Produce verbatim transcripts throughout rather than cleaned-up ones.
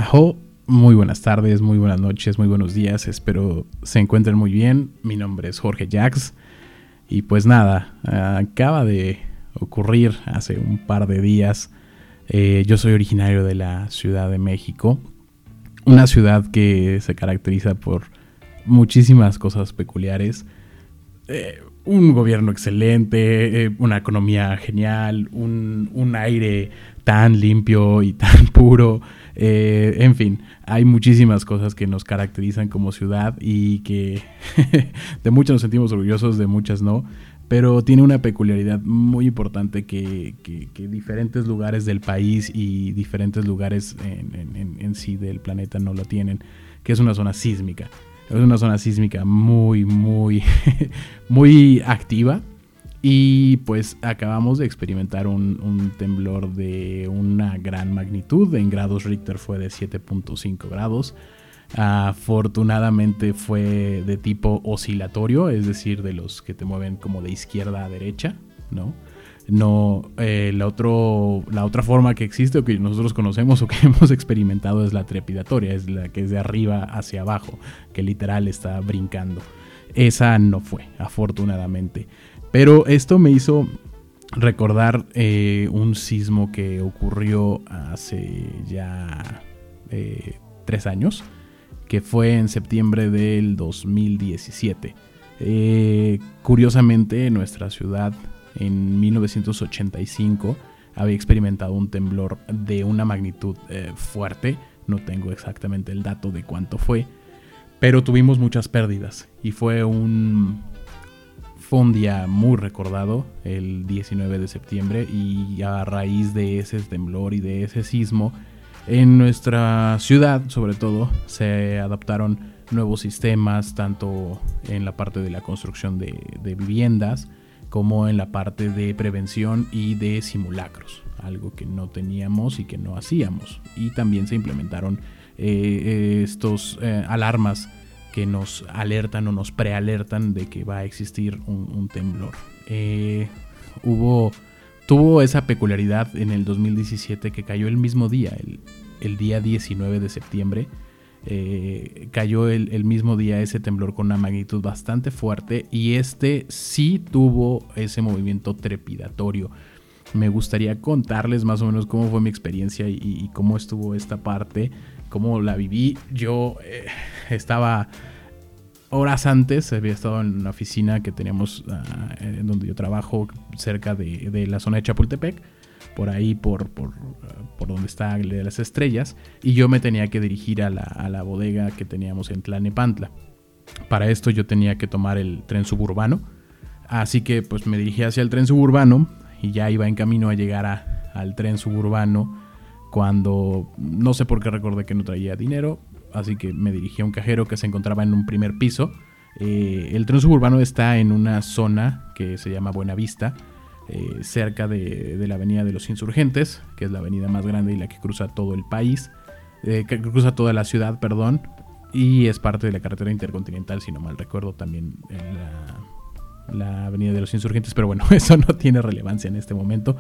Ajo, muy buenas tardes, muy buenas noches, muy buenos días. Espero se encuentren muy bien. Mi nombre es Jorge Jax. Y pues nada, acaba de ocurrir hace un par de días. Eh, yo soy originario de la Ciudad de México. Una ciudad que se caracteriza por muchísimas cosas peculiares. Eh, un gobierno excelente, eh, una economía genial, un, un aire tan limpio y tan puro. Eh, en fin, hay muchísimas cosas que nos caracterizan como ciudad y que de muchas nos sentimos orgullosos, de muchas no. Pero tiene una peculiaridad muy importante que, que, que diferentes lugares del país y diferentes lugares en, en, en sí del planeta no lo tienen, que es una zona sísmica. Es una zona sísmica muy, muy, muy activa. Y pues acabamos de experimentar un, un temblor de una gran magnitud. En grados Richter fue de siete punto cinco grados. Afortunadamente fue de tipo oscilatorio, es decir, de los que te mueven como de izquierda a derecha, ¿no? No, eh, la, otro, la otra forma que existe o que nosotros conocemos o que hemos experimentado es la trepidatoria, es la que es de arriba hacia abajo, que literal está brincando. Esa no fue, afortunadamente. Pero esto me hizo recordar eh, un sismo que ocurrió hace ya eh, tres años, que fue en septiembre del dos mil diecisiete. Eh, curiosamente, nuestra ciudad en mil novecientos ochenta y cinco había experimentado un temblor de una magnitud eh, fuerte. No tengo exactamente el dato de cuánto fue, pero tuvimos muchas pérdidas y fue un, fue un día muy recordado, el diecinueve de septiembre, y a raíz de ese temblor y de ese sismo, en nuestra ciudad, sobre todo, se adaptaron nuevos sistemas, tanto en la parte de la construcción de, de viviendas, como en la parte de prevención y de simulacros, algo que no teníamos y que no hacíamos. Y también se implementaron eh, estos eh, alarmas que nos alertan o nos prealertan de que va a existir un, un temblor. Eh, hubo... Tuvo esa peculiaridad en el dos mil diecisiete que cayó el mismo día, el, el día diecinueve de septiembre. Eh, cayó el, el mismo día ese temblor con una magnitud bastante fuerte y este sí tuvo ese movimiento trepidatorio. Me gustaría contarles más o menos cómo fue mi experiencia y, y cómo estuvo esta parte, cómo la viví. Yo eh, estaba... Horas antes había estado en una oficina que teníamos uh, en donde yo trabajo, cerca de, de la zona de Chapultepec, por ahí por, por, uh, por donde está el de las estrellas, y yo me tenía que dirigir a la, a la bodega que teníamos en Tlalnepantla. Para esto yo tenía que tomar el tren suburbano, así que pues me dirigí hacia el tren suburbano y ya iba en camino a llegar a, al tren suburbano cuando no sé por qué recordé que no traía dinero. Así que me dirigí a un cajero que se encontraba en un primer piso. Eh, el tren suburbano está en una zona que se llama Buenavista, eh, cerca de, de la avenida de los Insurgentes, que es la avenida más grande y la que cruza todo el país, eh, que cruza toda la ciudad, perdón, y es parte de la carretera intercontinental, si no mal recuerdo, también en la, la avenida de los Insurgentes, pero bueno, eso no tiene relevancia en este momento.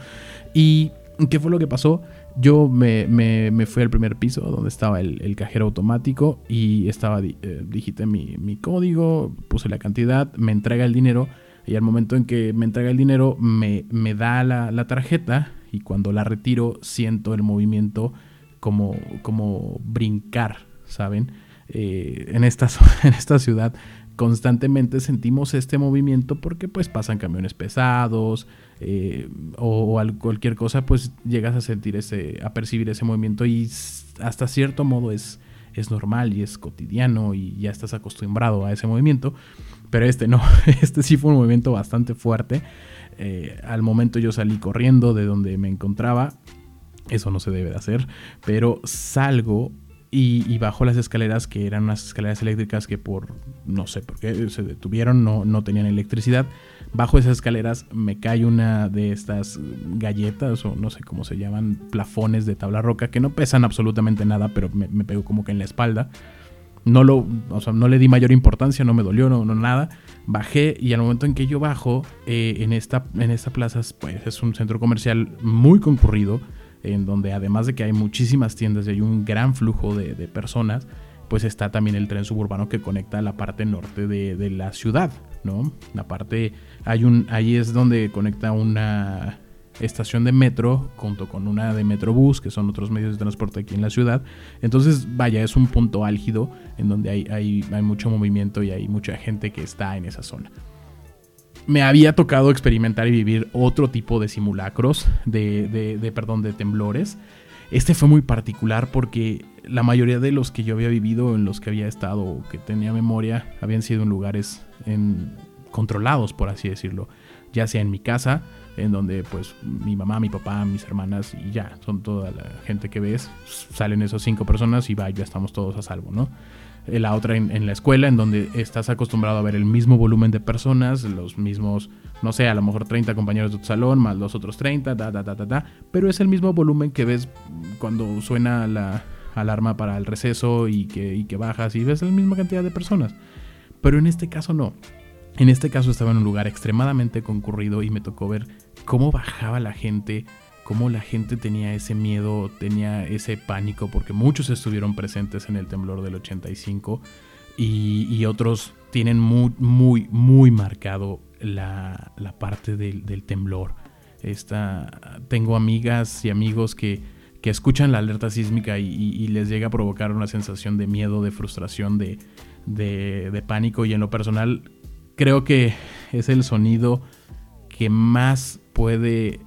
Y ¿qué fue lo que pasó? Yo me, me, me fui al primer piso donde estaba el, el cajero automático y estaba eh, digité mi, mi código, puse la cantidad, me entrega el dinero y al momento en que me entrega el dinero me, me da la, la tarjeta y cuando la retiro siento el movimiento como, como brincar, ¿saben? Eh, en, esta, en esta ciudad constantemente sentimos este movimiento porque pues pasan camiones pesados eh, o, o cualquier cosa, pues llegas a sentir ese, a percibir ese movimiento y hasta cierto modo es, es normal y es cotidiano y ya estás acostumbrado a ese movimiento, pero este no, este sí fue un movimiento bastante fuerte. Eh, al momento yo salí corriendo de donde me encontraba, eso no se debe de hacer, pero salgo Y, y bajo las escaleras, que eran unas escaleras eléctricas que por no sé por qué se detuvieron, no, no tenían electricidad. Bajo esas escaleras me cae una de estas galletas o no sé cómo se llaman, plafones de tabla roca que no pesan absolutamente nada, pero me, me pegó como que en la espalda. No, lo, o sea, no le di mayor importancia, no me dolió, no, no nada. Bajé y al momento en que yo bajo, eh, en, esta, en esta plaza, pues es un centro comercial muy concurrido. en donde además de que hay muchísimas tiendas y hay un gran flujo de, de personas, pues está también el tren suburbano que conecta la parte norte de, de la ciudad, ¿no? La parte, hay un, ahí es donde conecta una estación de metro junto con una de Metrobús, que son otros medios de transporte aquí en la ciudad. Entonces, vaya, es un punto álgido en donde hay, hay, hay mucho movimiento y hay mucha gente que está en esa zona. Me había tocado experimentar y vivir otro tipo de simulacros, de, de, de, perdón, de temblores. Este fue muy particular porque la mayoría de los que yo había vivido, en los que había estado o que tenía memoria, habían sido en lugares en, controlados, por así decirlo. Ya sea en mi casa, en donde pues mi mamá, mi papá, mis hermanas y ya, son toda la gente que ves. Salen esas cinco personas y va, ya estamos todos a salvo, ¿no? La otra en, en la escuela, en donde estás acostumbrado a ver el mismo volumen de personas, los mismos, no sé, a lo mejor treinta compañeros de tu salón, más los otros treinta, da, da, da, da, da, pero es el mismo volumen que ves cuando suena la alarma para el receso y que, y que bajas y ves la misma cantidad de personas. Pero en este caso no. En este caso estaba en un lugar extremadamente concurrido y me tocó ver cómo bajaba la gente, cómo la gente tenía ese miedo, tenía ese pánico, porque muchos estuvieron presentes en el temblor del ochenta y cinco y, y otros tienen muy, muy, muy marcado la, la parte del, del temblor. Esta, tengo amigas y amigos que, que escuchan la alerta sísmica y, y, y les llega a provocar una sensación de miedo, de frustración, de, de, de pánico, y en lo personal creo que es el sonido que más puede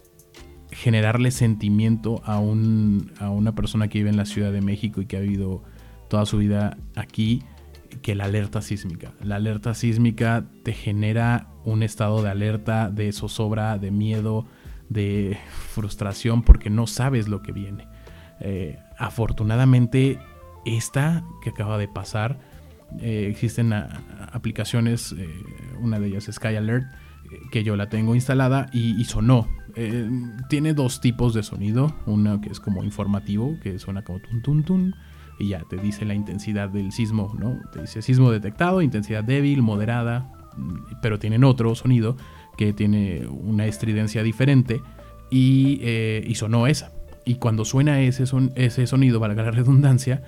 generarle sentimiento a, un, a una persona que vive en la Ciudad de México y que ha vivido toda su vida aquí, que la alerta sísmica. La alerta sísmica te genera un estado de alerta, de zozobra, de miedo, de frustración, porque no sabes lo que viene. Eh, afortunadamente, esta que acaba de pasar, eh, existen a, a aplicaciones, eh, una de ellas es Sky Alert, que yo la tengo instalada y, y sonó. Eh, tiene dos tipos de sonido, uno que es como informativo, que suena como tun tun tun, y ya te dice la intensidad del sismo, ¿no? Te dice sismo detectado, intensidad débil, moderada, pero tienen otro sonido que tiene una estridencia diferente y, eh, y sonó esa. Y cuando suena ese, son, ese sonido, valga la redundancia,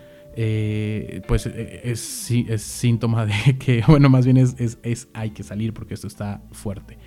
eh, pues eh, es, es síntoma de que, bueno, más bien es, es, es hay que salir porque esto está fuerte.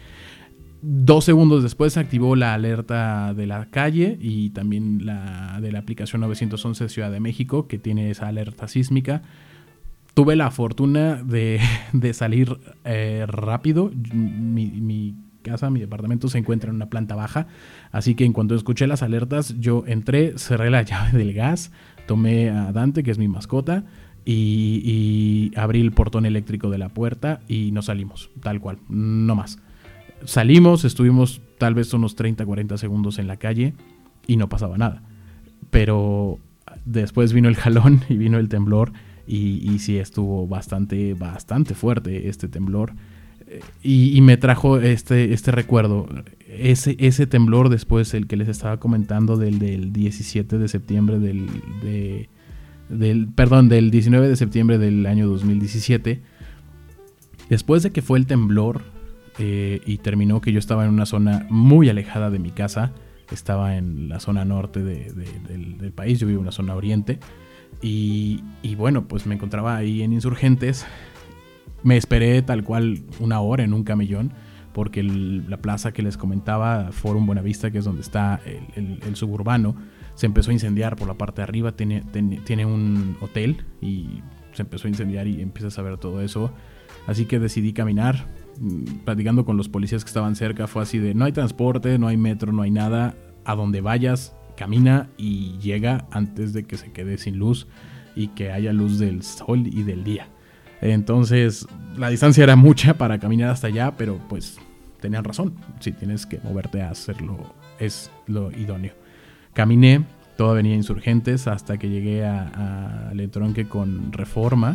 Dos segundos después se activó la alerta de la calle y también la de la aplicación nueve once Ciudad de México, que tiene esa alerta sísmica. Tuve la fortuna de, de salir eh, rápido. Mi, mi casa, mi departamento se encuentra en una planta baja, así que en cuanto escuché las alertas, yo entré, cerré la llave del gas, tomé a Dante, que es mi mascota, y, y abrí el portón eléctrico de la puerta y nos salimos, tal cual, no más. Salimos, estuvimos tal vez unos treinta, cuarenta segundos en la calle y no pasaba nada. Pero después vino el jalón y vino el temblor y, y sí estuvo bastante, bastante fuerte este temblor. Y, y me trajo este, este recuerdo. Ese, ese temblor después, el que les estaba comentando del, del diecisiete de septiembre del, de, del... Perdón, del diecinueve de septiembre del año dos mil diecisiete. Después de que fue el temblor... Eh, y terminó que yo estaba en una zona muy alejada de mi casa. Estaba en la zona norte de, de, del, del país. Yo vivo en la zona oriente y, y bueno, pues me encontraba ahí en Insurgentes. Me esperé tal cual una hora en un camellón, porque el, la plaza que les comentaba, Forum Buenavista, que es donde está el, el, el suburbano, se empezó a incendiar por la parte de arriba. Tiene, tiene, tiene un hotel y se empezó a incendiar y empiezas a ver todo eso. Así que decidí caminar. Platicando con los policías que estaban cerca, fue así de: no hay transporte, no hay metro, no hay nada. A donde vayas, camina y llega antes de que se quede sin luz y que haya luz del sol y del día. Entonces la distancia era mucha para caminar hasta allá, pero pues tenían razón. Si tienes que moverte a hacerlo, es lo idóneo. Caminé toda Avenida Insurgentes hasta que llegué al entronque con Reforma.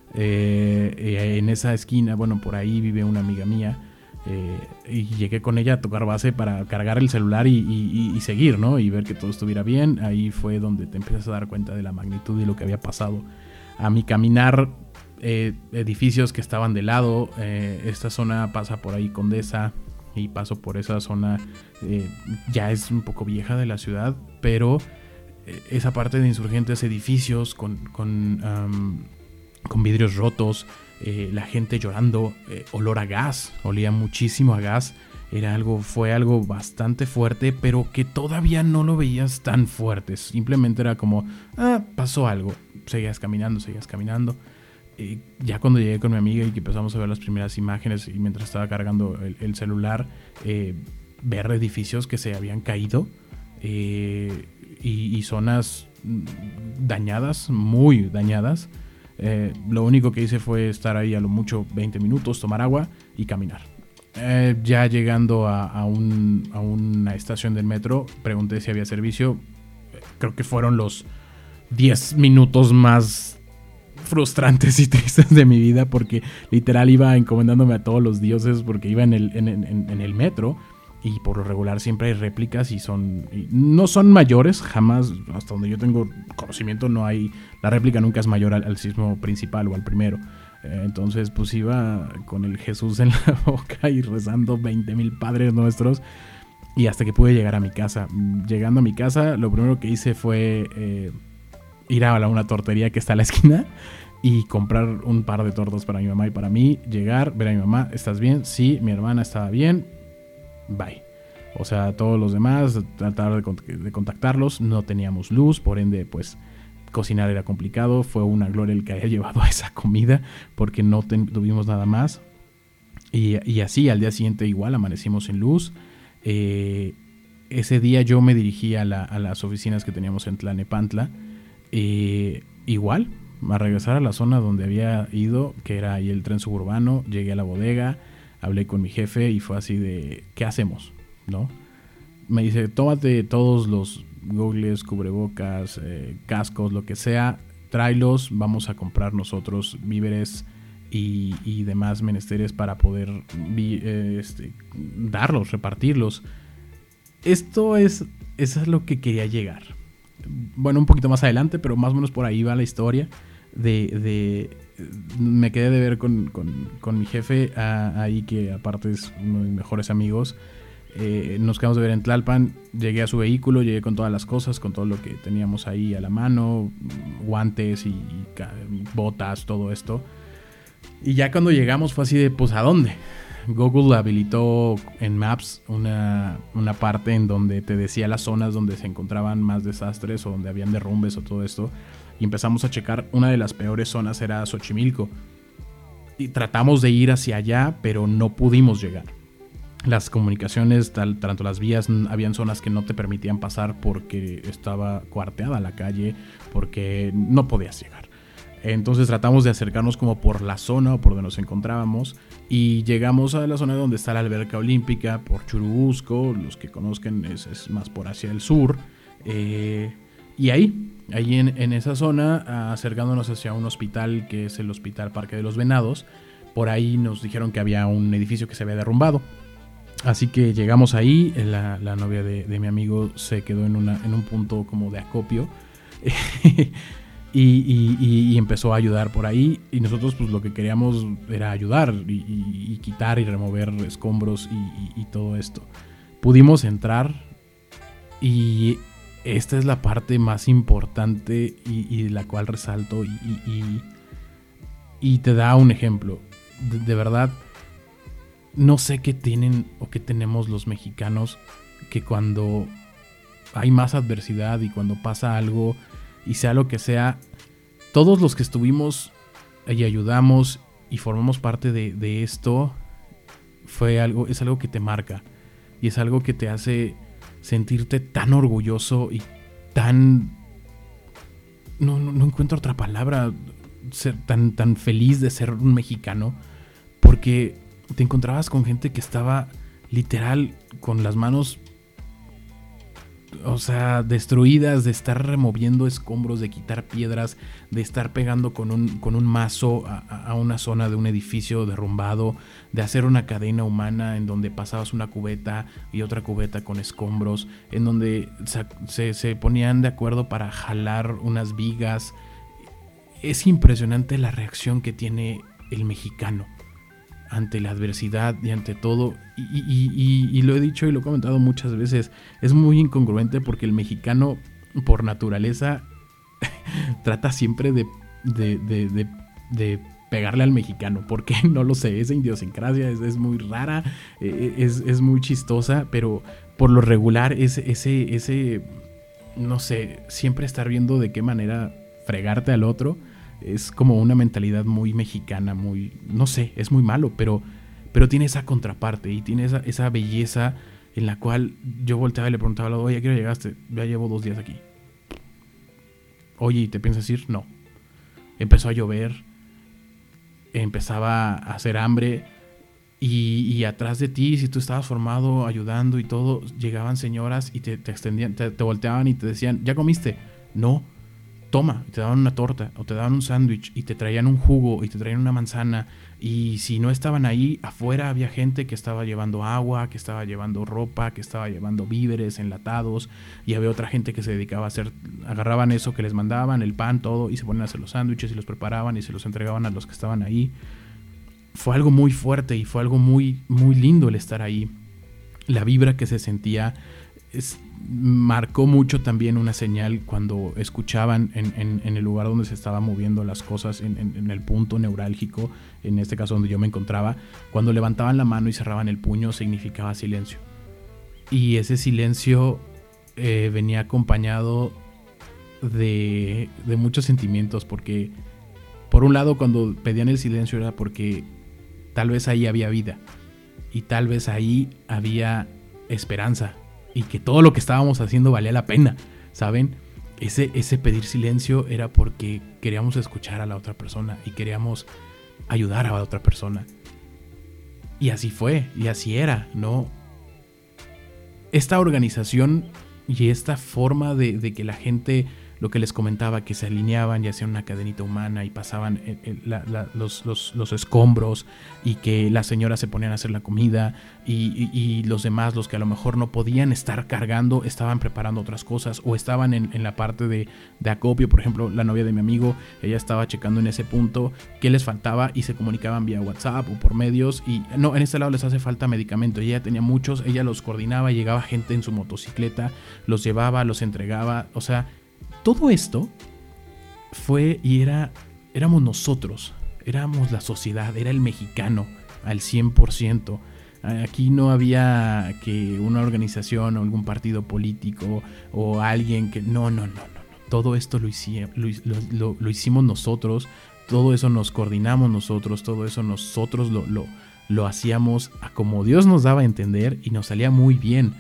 Eh, en esa esquina, bueno, por ahí vive una amiga mía, eh, y llegué con ella a tocar base para cargar el celular y, y, y seguir, ¿no? Y ver que todo estuviera bien. Ahí fue donde te empiezas a dar cuenta de la magnitud y lo que había pasado. A mi caminar, eh, edificios que estaban de lado, eh, esta zona pasa por ahí Condesa, y paso por esa zona, eh, ya es un poco vieja de la ciudad, pero eh, esa parte de Insurgentes, edificios con, con, um, con vidrios rotos, eh, la gente llorando, eh, olor a gas, olía muchísimo a gas. Era algo, fue algo bastante fuerte, pero que todavía no lo veías tan fuerte. Simplemente era como, ah, pasó algo. Seguías caminando, seguías caminando. Eh, ya cuando llegué con mi amiga y que empezamos a ver las primeras imágenes, y mientras estaba cargando el, el celular, eh, ver edificios que se habían caído, eh, y, y zonas dañadas, muy dañadas. Eh, lo único que hice fue estar ahí a lo mucho veinte minutos, tomar agua y caminar. Eh, ya llegando a, a, un, a una estación del metro, pregunté si había servicio. Creo que fueron los diez minutos más frustrantes y tristes de mi vida, porque literal iba encomendándome a todos los dioses, porque iba en el, en, en, en el metro, y por lo regular siempre hay réplicas y son y no son mayores, jamás, hasta donde yo tengo conocimiento, no hay, la réplica nunca es mayor al, al sismo principal o al primero. Entonces pues iba con el Jesús en la boca y rezando veinte mil padres nuestros, y hasta que pude llegar a mi casa. Llegando a mi casa, lo primero que hice fue eh, ir a una tortería que está a la esquina y comprar un par de tortas para mi mamá y para mí. Llegar, ver a mi mamá, ¿estás bien? Sí, mi hermana estaba bien, bye. O sea, todos los demás, tratar de, cont- de contactarlos. No teníamos luz, por ende pues cocinar era complicado. Fue una gloria el que haya llevado a esa comida, porque no ten, tuvimos nada más. Y, y así, al día siguiente igual, amanecimos sin luz. Eh, ese día yo me dirigí a, la, a las oficinas que teníamos en Tlalnepantla. Eh, igual, a regresar a la zona donde había ido, que era ahí el tren suburbano. Llegué a la bodega, hablé con mi jefe y fue así de, ¿qué hacemos? ¿No? Me dice, tómate todos los goggles, cubrebocas, eh, cascos, lo que sea, tráelos, vamos a comprar nosotros víveres y, y demás menesteres para poder vi, eh, este, darlos, repartirlos. Esto es, eso es lo que quería llegar. Bueno, un poquito más adelante, pero más o menos por ahí va la historia. De, de me quedé de ver con, con, con mi jefe a, ahí, que aparte es uno de mis mejores amigos. Eh, nos quedamos de ver en Tlalpan. Llegué a su vehículo, llegué con todas las cosas, con todo lo que teníamos ahí a la mano, guantes y, y botas, todo esto. Y ya cuando llegamos fue así de, pues ¿a dónde? Google habilitó en Maps una, una parte en donde te decía las zonas donde se encontraban más desastres o donde habían derrumbes o todo esto. Y empezamos a checar. Una de las peores zonas era Xochimilco. Y tratamos de ir hacia allá, pero no pudimos llegar. Las comunicaciones, tal, tanto las vías, habían zonas que no te permitían pasar porque estaba cuarteada la calle, porque no podías llegar. Entonces tratamos de acercarnos como por la zona o por donde nos encontrábamos, y llegamos a la zona donde está la alberca olímpica, por Churubusco. Los que conozcan, es, es más por hacia el sur. Eh, y ahí, ahí en, en esa zona, acercándonos hacia un hospital que es el Hospital Parque de los Venados, por ahí nos dijeron que había un edificio que se había derrumbado. Así que llegamos ahí, la, la novia de, de mi amigo se quedó en, una, en un punto como de acopio y, y, y, y empezó a ayudar por ahí, y nosotros pues lo que queríamos era ayudar y, y, y quitar y remover escombros y, y, y todo esto. Pudimos entrar, y esta es la parte más importante y, y la cual resalto y, y, y, y te da un ejemplo. De, de verdad, no sé qué tienen o qué tenemos los mexicanos, que cuando hay más adversidad y cuando pasa algo, y sea lo que sea, todos los que estuvimos y ayudamos y formamos parte de, de esto, fue algo, es algo que te marca y es algo que te hace sentirte tan orgulloso y tan, no, no, no encuentro otra palabra, ser tan, tan feliz de ser un mexicano, porque te encontrabas con gente que estaba literal con las manos, o sea, destruidas, de estar removiendo escombros, de quitar piedras, de estar pegando con un, con un mazo a, a una zona de un edificio derrumbado, de hacer una cadena humana en donde pasabas una cubeta y otra cubeta con escombros, en donde se, se, se ponían de acuerdo para jalar unas vigas. Es impresionante la reacción que tiene el mexicano ante la adversidad y ante todo. Y, y, y, y lo he dicho y lo he comentado muchas veces, es muy incongruente porque el mexicano por naturaleza trata siempre de, de, de, de, de pegarle al mexicano, porque no lo sé, esa idiosincrasia es, es muy rara, eh, es, es muy chistosa, pero por lo regular ese, ese, ese, no sé, siempre estar viendo de qué manera fregarte al otro es como una mentalidad muy mexicana, muy, no sé, es muy malo, pero, pero tiene esa contraparte y tiene esa, esa belleza en la cual yo volteaba y le preguntaba al lado, oye, ¿a qué hora llegaste? Ya llevo dos días aquí. Oye, ¿y te piensas ir? No. Empezó a llover, empezaba a hacer hambre y, y atrás de ti, si tú estabas formado, ayudando y todo, llegaban señoras y te, te extendían, te, te volteaban y te decían, ¿ya comiste? No. Toma, y te daban una torta o te daban un sándwich y te traían un jugo y te traían una manzana, y si no estaban ahí, afuera había gente que estaba llevando agua, que estaba llevando ropa, que estaba llevando víveres enlatados, y había otra gente que se dedicaba a hacer, agarraban eso que les mandaban, el pan, todo, y se ponían a hacer los sándwiches y los preparaban y se los entregaban a los que estaban ahí. Fue algo muy fuerte y fue algo muy, muy lindo el estar ahí. La vibra que se sentía es, marcó mucho también una señal cuando escuchaban en, en, en el lugar donde se estaban moviendo las cosas, en, en, en el punto neurálgico, en este caso donde yo me encontraba, cuando levantaban la mano y cerraban el puño significaba silencio. Y ese silencio eh, venía acompañado de, de muchos sentimientos, porque por un lado cuando pedían el silencio era porque tal vez ahí había vida y tal vez ahí había esperanza y que todo lo que estábamos haciendo valía la pena, ¿saben? Ese, ese pedir silencio era porque queríamos escuchar a la otra persona y queríamos ayudar a la otra persona. Y así fue, y así era, ¿no? Esta organización y esta forma de, de que la gente, lo que les comentaba, que se alineaban y hacían una cadenita humana y pasaban el, el, la, la, los, los, los escombros, y que las señoras se ponían a hacer la comida y, y, y los demás, los que a lo mejor no podían estar cargando, estaban preparando otras cosas o estaban en, en la parte de, de acopio. Por ejemplo, la novia de mi amigo, ella estaba checando en ese punto qué les faltaba y se comunicaban vía WhatsApp o por medios, y no, en este lado les hace falta medicamento, y ella tenía muchos, ella los coordinaba, llegaba gente en su motocicleta, los llevaba, los entregaba, o sea, todo esto fue y era, éramos nosotros, éramos la sociedad, era el mexicano al cien por ciento. Aquí no había que una organización o algún partido político o alguien que... No, no, no, no. no. Todo esto lo, hici, lo, lo, lo hicimos nosotros, todo eso nos coordinamos nosotros, todo eso nosotros lo, lo, lo hacíamos a como Dios nos daba a entender y nos salía muy bien.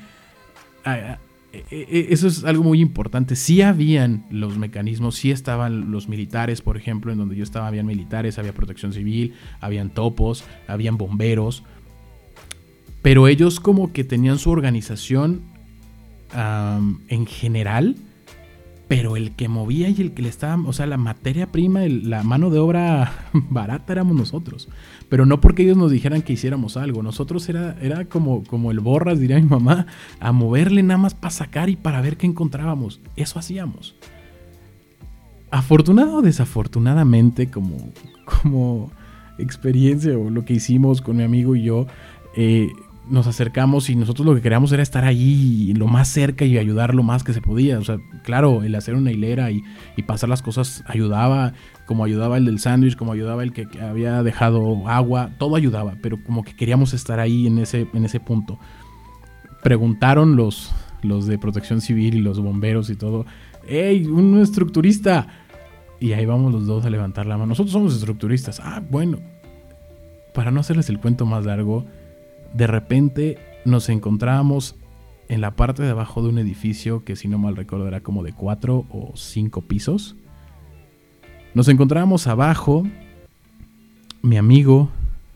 Eso es algo muy importante. Sí habían los mecanismos, sí estaban los militares, por ejemplo, en donde yo estaba habían militares, había protección civil, habían topos, habían bomberos, pero ellos como que tenían su organización um, en general, pero el que movía y el que le estaba, o sea, la materia prima, el, la mano de obra barata éramos nosotros. Pero no porque ellos nos dijeran que hiciéramos algo. Nosotros era, era como, como el borras, diría mi mamá, a moverle nada más para sacar y para ver qué encontrábamos. Eso hacíamos. Afortunado o desafortunadamente, como, como experiencia o lo que hicimos con mi amigo y yo, eh, nos acercamos y nosotros lo que queríamos era estar ahí lo más cerca y ayudar lo más que se podía. O sea, claro, el hacer una hilera y, y pasar las cosas ayudaba, como ayudaba el del sándwich, como ayudaba el que había dejado agua, todo ayudaba, pero como que queríamos estar ahí en ese, en ese punto. Preguntaron los, los de protección civil y los bomberos y todo, ¡hey, un estructurista! Y ahí vamos los dos a levantar la mano. Nosotros somos estructuristas. Ah, bueno. Para no hacerles el cuento más largo, de repente nos encontrábamos en la parte de abajo de un edificio que, si no mal recuerdo, era como de cuatro o cinco pisos. Nos encontrábamos abajo, mi amigo,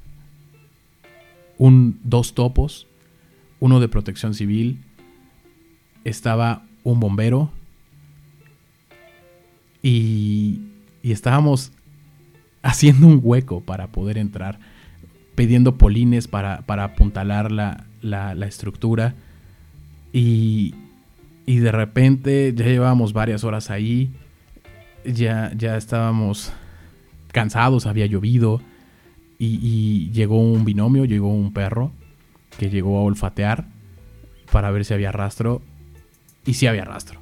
un, dos topos, uno de protección civil, estaba un bombero y, y estábamos haciendo un hueco para poder entrar, pidiendo polines para, para apuntalar la, la, la estructura, y, y de repente ya llevábamos varias horas ahí, ya, ya estábamos cansados, había llovido, y, y llegó un binomio, llegó un perro que llegó a olfatear para ver si había rastro, y sí había rastro.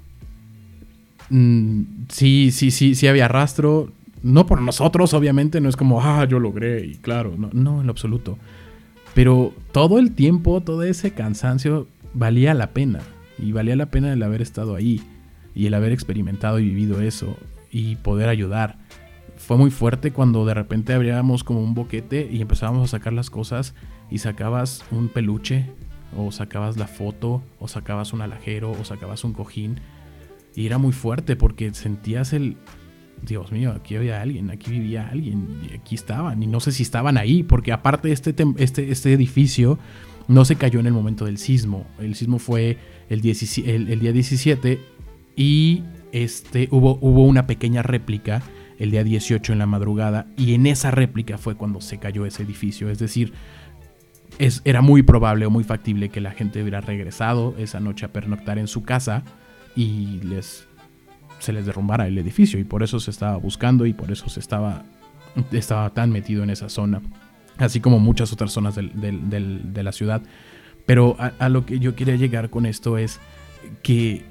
Mm, sí, sí, sí, sí había rastro, no por nosotros, obviamente, no es como, ah, yo logré, y claro, no, no, en lo absoluto. Pero todo el tiempo, todo ese cansancio valía la pena, y valía la pena el haber estado ahí, y el haber experimentado y vivido eso, y poder ayudar. Fue muy fuerte cuando de repente abríamos como un boquete y empezábamos a sacar las cosas, y sacabas un peluche, o sacabas la foto, o sacabas un alajero, o sacabas un cojín, y era muy fuerte porque sentías el, Dios mío, aquí había alguien, aquí vivía alguien, y aquí estaban, y no sé si estaban ahí, porque aparte este, este, este edificio no se cayó en el momento del sismo. El sismo fue el, diecisiete, el, el día diecisiete, y este, hubo, hubo una pequeña réplica el día dieciocho en la madrugada, y en esa réplica fue cuando se cayó ese edificio. Es decir, es, era muy probable o muy factible que la gente hubiera regresado esa noche a pernoctar en su casa y les, se les derrumbara el edificio, y por eso se estaba buscando, y por eso se estaba, estaba tan metido en esa zona, así como muchas otras zonas del, del, del, de la ciudad. Pero a, a lo que yo quería llegar con esto es que,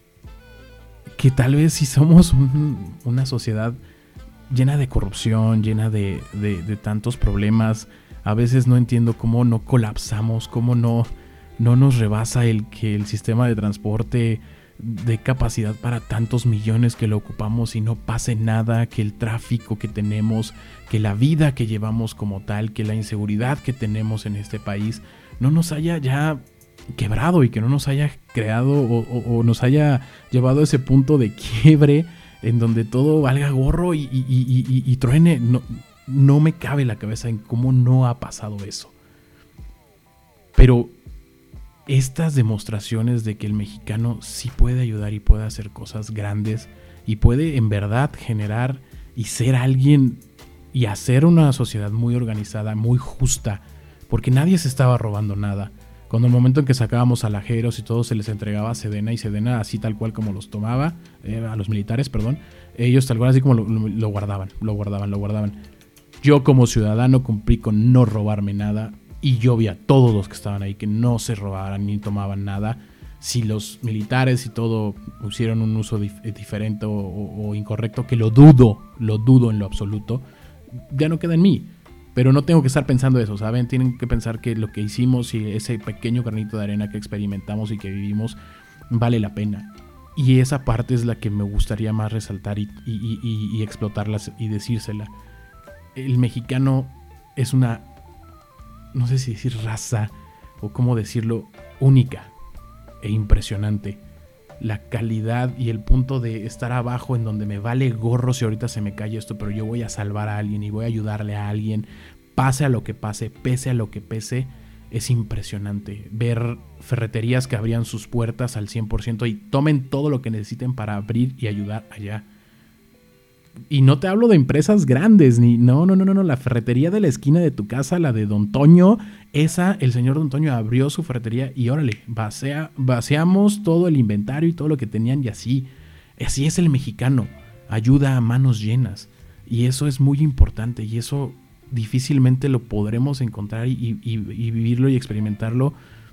que tal vez si somos un, una sociedad llena de corrupción, llena de, de, de tantos problemas, a veces no entiendo cómo no colapsamos, cómo no, no nos rebasa el que el sistema de transporte de capacidad para tantos millones que lo ocupamos y no pase nada, que el tráfico que tenemos, que la vida que llevamos como tal, que la inseguridad que tenemos en este país no nos haya ya quebrado, y que no nos haya creado o, o, o nos haya llevado a ese punto de quiebre en donde todo valga gorro y, y, y, y, y truene. No, no me cabe la cabeza en cómo no ha pasado eso. Pero estas demostraciones de que el mexicano sí puede ayudar y puede hacer cosas grandes, y puede en verdad generar y ser alguien y hacer una sociedad muy organizada, muy justa, porque nadie se estaba robando nada. Cuando el momento en que sacábamos alajeros y todo se les entregaba a Sedena, y Sedena así tal cual como los tomaba, eh, a los militares, perdón, ellos tal cual así como lo, lo, lo guardaban, lo guardaban, lo guardaban. Yo como ciudadano cumplí con no robarme nada, y yo vi a todos los que estaban ahí que no se robaran ni tomaban nada. Si los militares y todo hicieron un uso dif- diferente o, o, o incorrecto, que lo dudo, lo dudo en lo absoluto, ya no queda en mí. Pero no tengo que estar pensando eso, ¿saben? Tienen que pensar que lo que hicimos y ese pequeño granito de arena que experimentamos y que vivimos vale la pena. Y esa parte es la que me gustaría más resaltar y, y, y, y explotarla y decírsela. El mexicano es una, no sé si decir raza o cómo decirlo, única e impresionante. La calidad y el punto de estar abajo en donde me vale gorro si ahorita se me cae esto, pero yo voy a salvar a alguien y voy a ayudarle a alguien, pase a lo que pase, pese a lo que pese, es impresionante. Ver ferreterías que abrían sus puertas al cien por ciento y tomen todo lo que necesiten para abrir y ayudar allá. Y no te hablo de empresas grandes, ni no, no, no, no, la ferretería de la esquina de tu casa, la de Don Toño, esa, el señor Don Toño abrió su ferretería y órale, vacea, vaciamos todo el inventario y todo lo que tenían, y así, así es el mexicano, ayuda a manos llenas, y eso es muy importante, y eso difícilmente lo podremos encontrar y, y, y vivirlo y experimentarlo,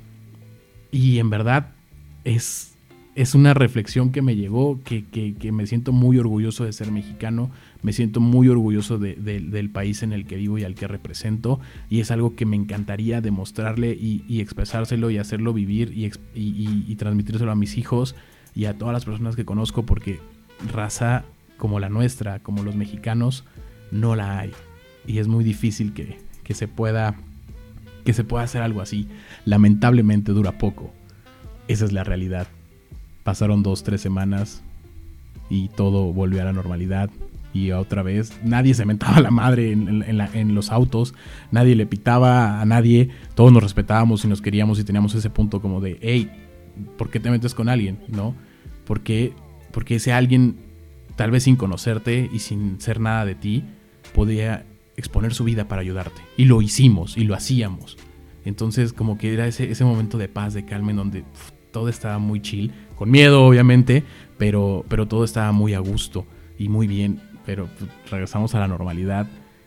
y en verdad es... Es una reflexión que me llegó, que, que, que me siento muy orgulloso de ser mexicano, me siento muy orgulloso de, de, del país en el que vivo y al que represento, y es algo que me encantaría demostrarle y, y expresárselo y hacerlo vivir y, y, y, y transmitírselo a mis hijos y a todas las personas que conozco, porque raza como la nuestra, como los mexicanos, no la hay, y es muy difícil que, que, se pueda, que se pueda hacer algo así. Lamentablemente dura poco, esa es la realidad. Pasaron dos, tres semanas y todo volvió a la normalidad. Y otra vez, nadie se mentaba la madre en, en, en, la, en los autos. Nadie le pitaba a nadie. Todos nos respetábamos y nos queríamos y teníamos ese punto como de, hey, ¿por qué te metes con alguien? ¿No? Porque, porque ese alguien, tal vez sin conocerte y sin ser nada de ti, podía exponer su vida para ayudarte. Y lo hicimos y lo hacíamos. Entonces como que era ese, ese momento de paz, de calma, en donde uf, todo estaba muy chill. Con miedo, obviamente, pero, pero todo estaba muy a gusto y muy bien. Pero pues, regresamos a la normalidad.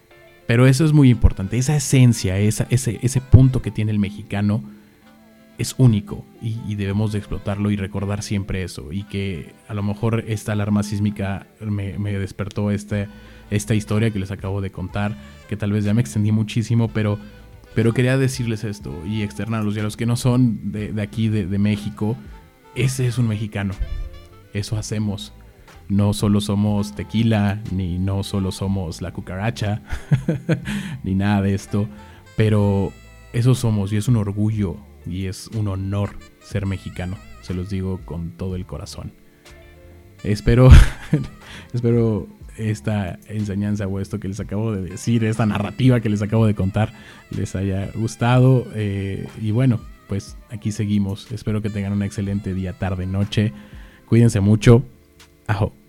Pero eso es muy importante, esa esencia, esa, ese, ese punto que tiene el mexicano es único y, y debemos de explotarlo y recordar siempre eso. Y que a lo mejor esta alarma sísmica me, me despertó este, esta historia que les acabo de contar, que tal vez ya me extendí muchísimo, pero, pero quería decirles esto y externarlos. Y a los que no son de, de aquí, de, de México, ese es un mexicano, eso hacemos. No solo somos tequila, ni no solo somos la cucaracha, ni nada de esto, pero eso somos y es un orgullo y es un honor ser mexicano, se los digo con todo el corazón. Espero, espero esta enseñanza o esto que les acabo de decir, esta narrativa que les acabo de contar, les haya gustado. Eh, y bueno, pues aquí seguimos. Espero que tengan un excelente día, tarde, noche. Cuídense mucho. Ajo.